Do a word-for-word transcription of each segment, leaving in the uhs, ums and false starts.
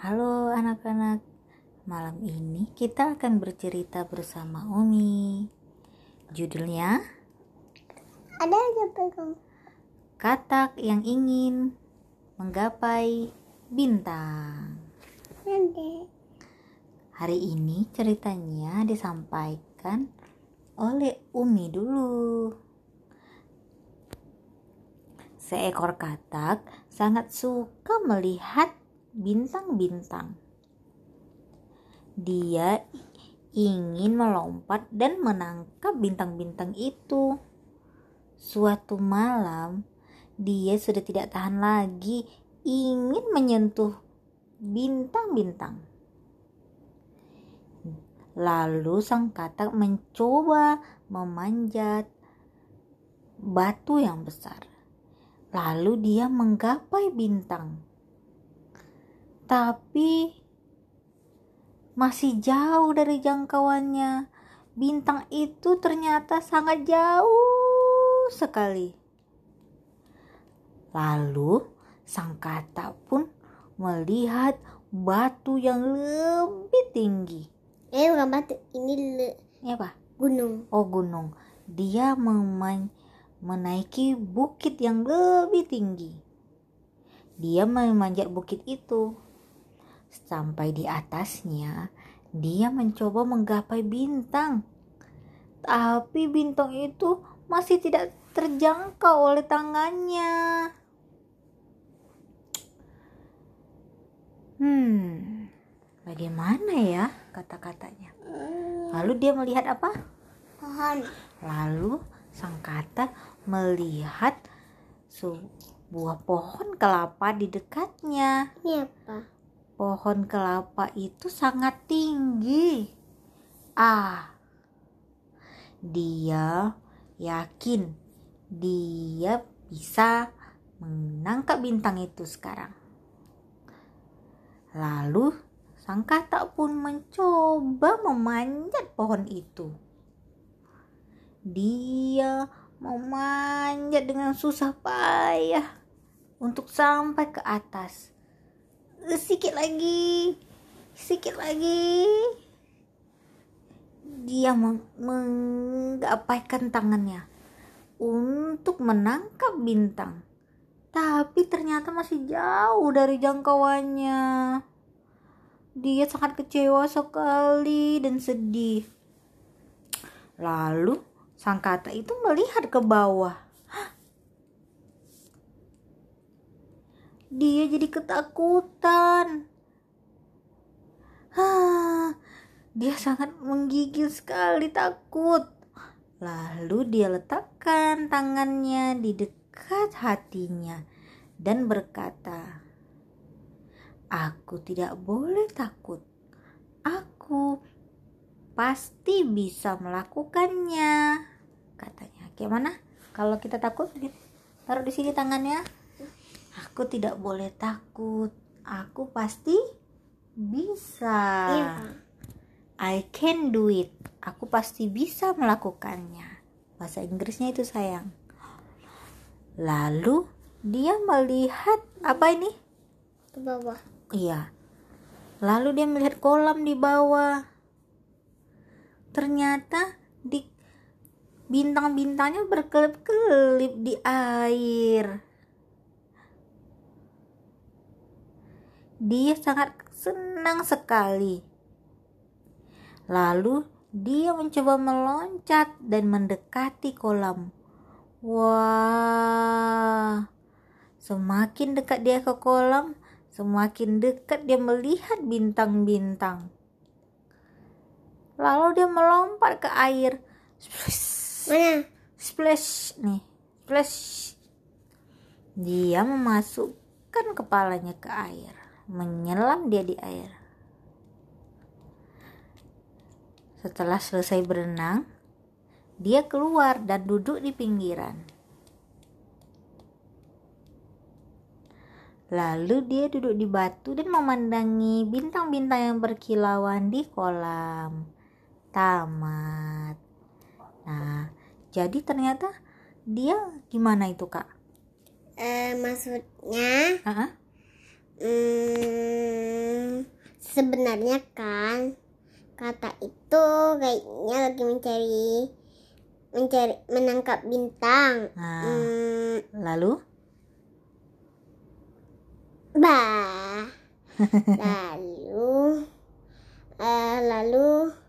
Halo anak-anak, malam ini kita akan bercerita bersama Umi. Judulnya Ada aja pegang. Katak yang ingin menggapai bintang. Nanti. Hari ini ceritanya disampaikan oleh Umi dulu. Seekor katak sangat suka melihat bintang-bintang. Dia ingin melompat dan menangkap bintang-bintang itu. Suatu malam, dia sudah tidak tahan lagi ingin menyentuh bintang-bintang. Lalu sang katak mencoba memanjat batu yang besar. Lalu dia menggapai bintang. Tapi masih jauh dari jangkauannya. Bintang itu ternyata sangat jauh sekali. Lalu sang katak pun melihat batu yang lebih tinggi. Eh bukan batu, ini le, Ini apa? gunung. Oh, gunung. Dia memain, menaiki bukit yang lebih tinggi. Dia memanjat bukit itu. Sampai di atasnya, dia mencoba menggapai bintang. Tapi bintang itu masih tidak terjangkau oleh tangannya. Hmm, bagaimana ya kata-katanya? Lalu dia melihat apa? Pohon. Lalu sang katak melihat sebuah pohon kelapa di dekatnya. Ini apa? Pohon kelapa itu sangat tinggi. Ah, dia yakin dia bisa menangkap bintang itu sekarang. Lalu sang katak pun mencoba memanjat pohon itu. Dia memanjat dengan susah payah untuk sampai ke atas. Sedikit lagi, sedikit lagi. Dia meng- menggapaikan tangannya untuk menangkap bintang. Tapi ternyata masih jauh dari jangkauannya. Dia sangat kecewa sekali dan sedih. Lalu sang katak itu melihat ke bawah. Dia jadi ketakutan. Hah, dia sangat menggigil sekali takut. Lalu dia letakkan tangannya di dekat hatinya dan berkata, "Aku tidak boleh takut. Aku pasti bisa melakukannya," katanya. Gimana kalau kita takut? Taruh di sini tangannya. Aku tidak boleh takut. Aku pasti bisa. Iya. I can do it. Aku pasti bisa melakukannya. Bahasa Inggrisnya itu sayang. Lalu dia melihat apa ini? Ke bawah. Iya. Lalu dia melihat kolam di bawah. Ternyata di bintang-bintangnya berkelip-kelip di air. Dia sangat senang sekali. Lalu dia mencoba meloncat dan mendekati kolam. Wah, semakin dekat dia ke kolam, semakin dekat dia melihat bintang-bintang. Lalu dia melompat ke air. Mana? Splash nih, splash. Dia memasukkan kepalanya ke air, menyelam dia di air. Setelah selesai berenang, dia keluar dan duduk di pinggiran. Lalu dia duduk di batu dan memandangi bintang-bintang yang berkilauan di kolam. Tamat. Nah, jadi ternyata dia gimana itu, Kak? Eh maksudnya Uh-huh. hmm, sebenarnya kan kata itu kayaknya lagi mencari mencari menangkap bintang. Nah, Hmm, lalu? bah. lalu eh, lalu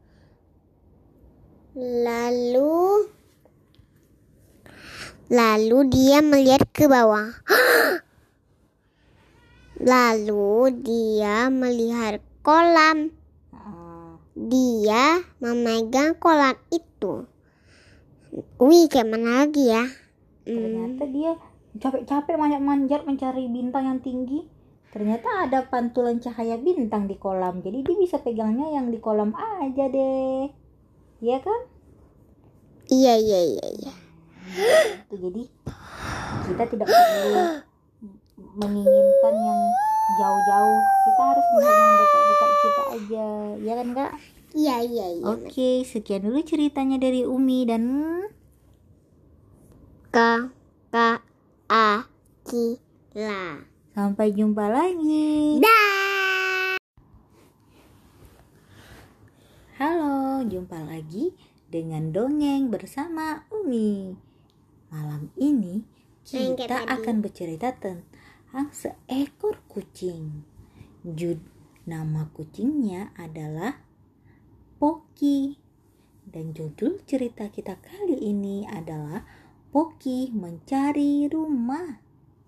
lalu lalu dia melihat ke bawah. Lalu dia melihat kolam. Dia memegang kolam itu. Wih, kayak mana lagi ya? Ternyata dia capek-capek manjat-manjat mencari bintang yang tinggi. Ternyata ada pantulan cahaya bintang di kolam. Jadi dia bisa pegangnya yang di kolam aja deh. Iya kan? Iya, iya, iya, iya. Itu jadi kita tidak perlu menginginkan yang jauh-jauh. Kita harus melihat yang dekat-dekat kita aja. Ya kan, Kak? Iya, iya, iya. Oke, sekian dulu ceritanya dari Umi dan K K A Kila. sampai jumpa lagi. Dah. Halo, jumpa lagi dengan dongeng bersama Umi. Malam ini kita akan bercerita tentang seekor kucing. Jud nama kucingnya adalah Poki. Dan judul cerita kita kali ini adalah Poki mencari rumah.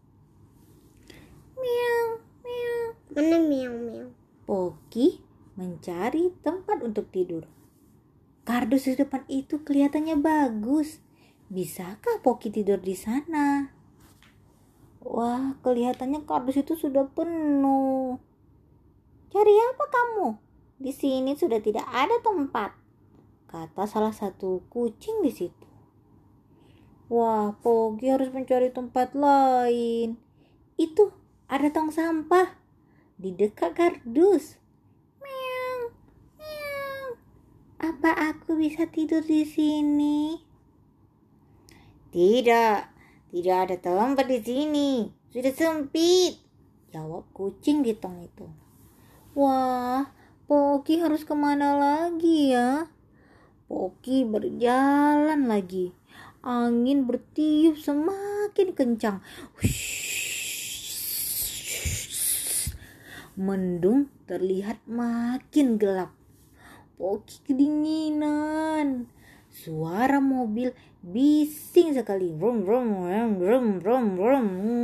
Miau, miau. Mana miau miau? Poki mencari tempat untuk tidur. Kardus di depan itu kelihatannya bagus. Bisakah Poki tidur di sana? Wah, kelihatannya kardus itu sudah penuh. Cari apa kamu? Di sini sudah tidak ada tempat, kata salah satu kucing di situ. Wah, Poki harus mencari tempat lain. Itu ada tong sampah di dekat kardus. Miau, miau. Apa aku bisa tidur di sini? Tidak, tidak ada tempat di sini. Sudah sempit, jawab kucing di tong itu. Wah, Poki harus kemana lagi ya? Poki berjalan lagi. Angin bertiup semakin kencang. Mendung terlihat makin gelap. Poki kedinginan. Suara mobil bising sekali. Vrum vrum vrum vrum vrum vrum.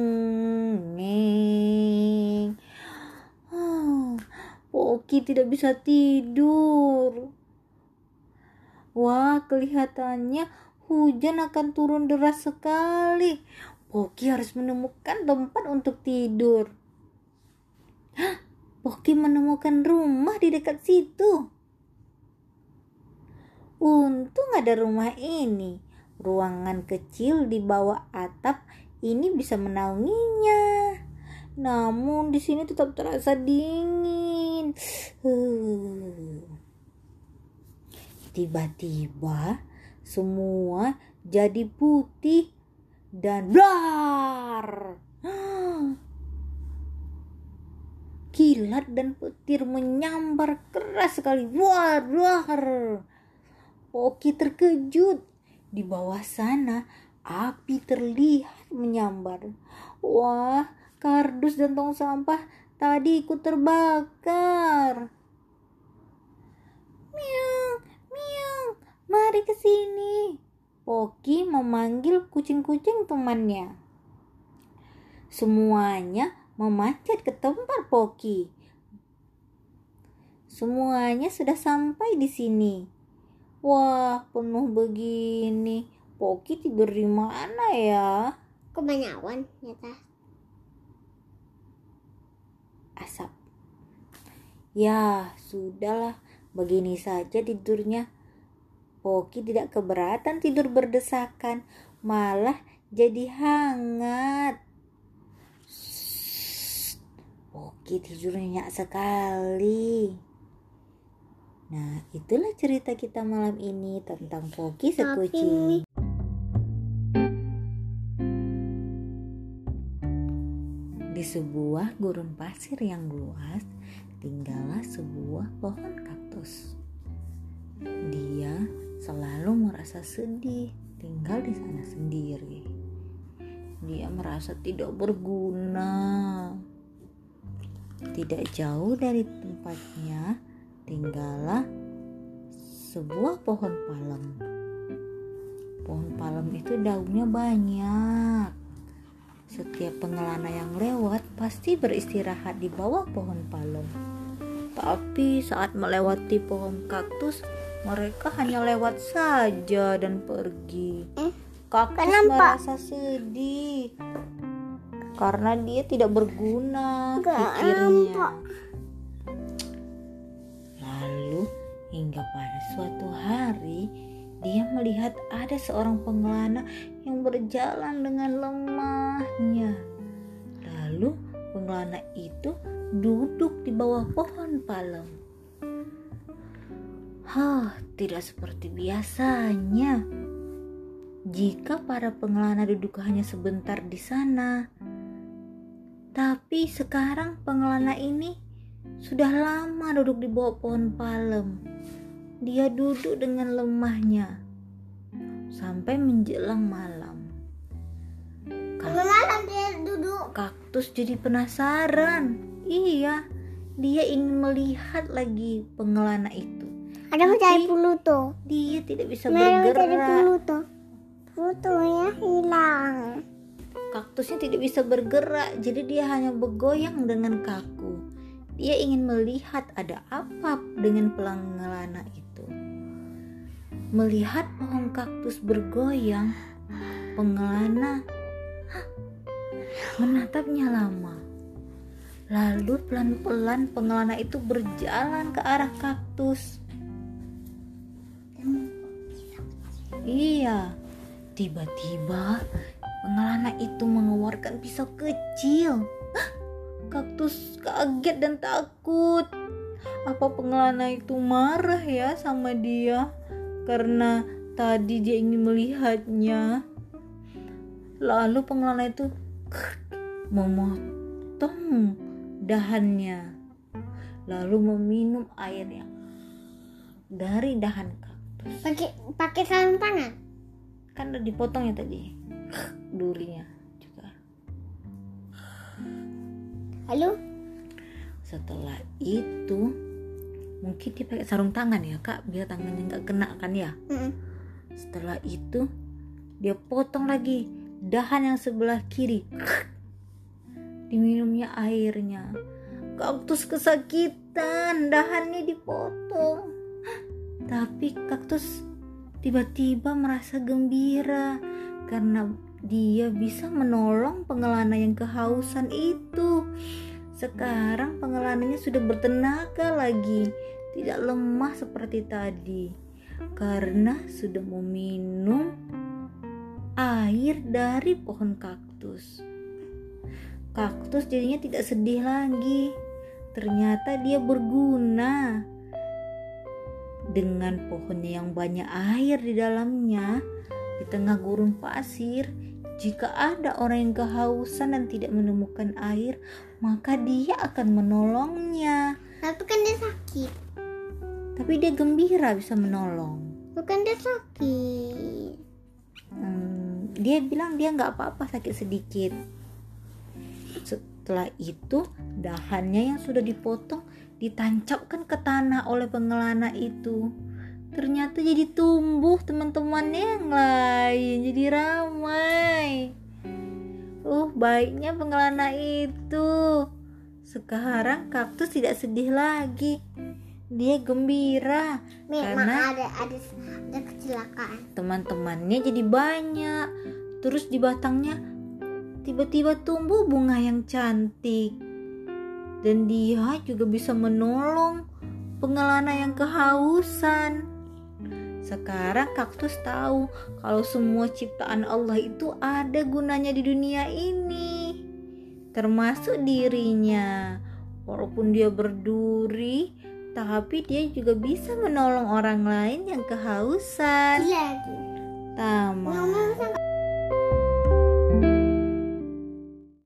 Neng. Oh, Poki tidak bisa tidur. Wah, kelihatannya hujan akan turun deras sekali. Poki harus menemukan tempat untuk tidur. Hah? Poki menemukan rumah di dekat situ. Untung ada rumah ini. Ruangan kecil di bawah atap ini bisa menaunginya. Namun di sini tetap terasa dingin. Uh. Tiba-tiba semua jadi putih dan blar. Kilat dan petir menyambar keras sekali. War, war. Poki terkejut. Di bawah sana api terlihat menyambar. Wah, kardus dan tong sampah tadi ikut terbakar. Miau, miau, mari ke sini. Poki memanggil kucing-kucing temannya. Semuanya memanjat ke tempat Poki. Semuanya sudah sampai di sini. Wah, penuh begini. Poki tidur di mana ya? Kebanyakan nyata. Asap. Ya, sudahlah. Begini saja tidurnya. Poki tidak keberatan tidur berdesakan. Malah jadi hangat. Poki tidur nyenyak sekali. Nah, itulah cerita kita malam ini tentang Poki sekucing. Di sebuah gurun pasir yang luas, tinggallah sebuah pohon kaktus. Dia selalu merasa sedih tinggal di sana sendiri. Dia merasa tidak berguna. Tidak jauh dari tempatnya tinggallah sebuah pohon palem. Pohon palem itu daunnya banyak. Setiap pengelana yang lewat pasti beristirahat di bawah pohon palem. Tapi saat melewati pohon kaktus, mereka hanya lewat saja dan pergi. Kaktus Kenapa? merasa sedih karena dia tidak berguna, pikirnya. Lalu hingga pada suatu hari dia melihat ada seorang pengelana yang berjalan dengan lemahnya. Lalu pengelana itu duduk di bawah pohon palem. Hah, tidak seperti biasanya. Jika para pengelana duduk hanya sebentar di sana. Tapi sekarang pengelana ini sudah lama duduk di bawah pohon palem. Dia duduk dengan lemahnya sampai menjelang malam. Malam dia duduk. Kaktus jadi penasaran. Iya, dia ingin melihat lagi pengelana itu. Ada mencari Pluto. Dia tidak bisa Mencari bergerak. Pluto. Plutonya hilang. Kaktusnya tidak bisa bergerak, jadi dia hanya bergoyang dengan kaku. Dia ingin melihat ada apa dengan pengelana itu. Melihat pohon kaktus bergoyang, pengelana menatapnya lama. Lalu pelan-pelan pengelana itu berjalan ke arah kaktus. Iya, tiba-tiba pengelana itu mengeluarkan pisau kecil. Kaktus kaget dan takut. Apa pengelana itu marah ya sama dia karena tadi dia ingin melihatnya. Lalu pengelana itu memotong dahannya, lalu meminum airnya dari dahan kaktus. Pakai pakai sarung tangan. Kan udah dipotong ya tadi durinya juga. Lalu Setelah itu mungkin dia pakai sarung tangan ya kak, biar tangannya nggak kena kan ya. mm, Setelah itu dia potong lagi dahan yang sebelah kiri, diminumnya airnya. Kaktus kesakitan, dahannya dipotong. Tapi kaktus tiba-tiba merasa gembira karena dia bisa menolong pengelana yang kehausan itu. Sekarang pengelananya sudah bertenaga lagi, tidak lemah seperti tadi karena sudah meminum air dari pohon kaktus. Kaktus jadinya tidak sedih lagi. Ternyata dia berguna. Dengan pohonnya yang banyak air di dalamnya, di tengah gurun pasir, jika ada orang yang kehausan dan tidak menemukan air, maka dia akan menolongnya. tapi kan dia sakit. Tapi dia gembira bisa menolong. Bukan dia sakit. Hmm, dia bilang dia nggak apa-apa, sakit sedikit. Setelah itu dahannya yang sudah dipotong ditancapkan ke tanah oleh pengelana itu. Ternyata jadi tumbuh teman-temannya yang lain, jadi ramai. Uh, baiknya pengelana itu. Sekarang kaktus tidak sedih lagi. Dia gembira Memang karena ada ada ada kecelakaan. teman-temannya jadi banyak. Terus di batangnya tiba-tiba tumbuh bunga yang cantik. Dan dia juga bisa menolong pengelana yang kehausan. Sekarang kaktus tahu kalau semua ciptaan Allah itu ada gunanya di dunia ini, termasuk dirinya. Walaupun dia berduri, tapi dia juga bisa menolong orang lain yang kehausan. Iya. Tamat. Ngomong sama